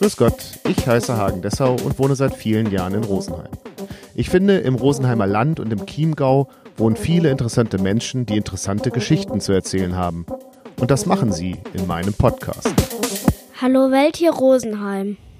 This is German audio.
Grüß Gott, ich heiße Hagen Dessau und wohne seit vielen Jahren in Rosenheim. Ich finde, im Rosenheimer Land und im Chiemgau wohnen viele interessante Menschen, die interessante Geschichten zu erzählen haben. Und das machen sie in meinem Podcast. Hallo Welt hier Rosenheim.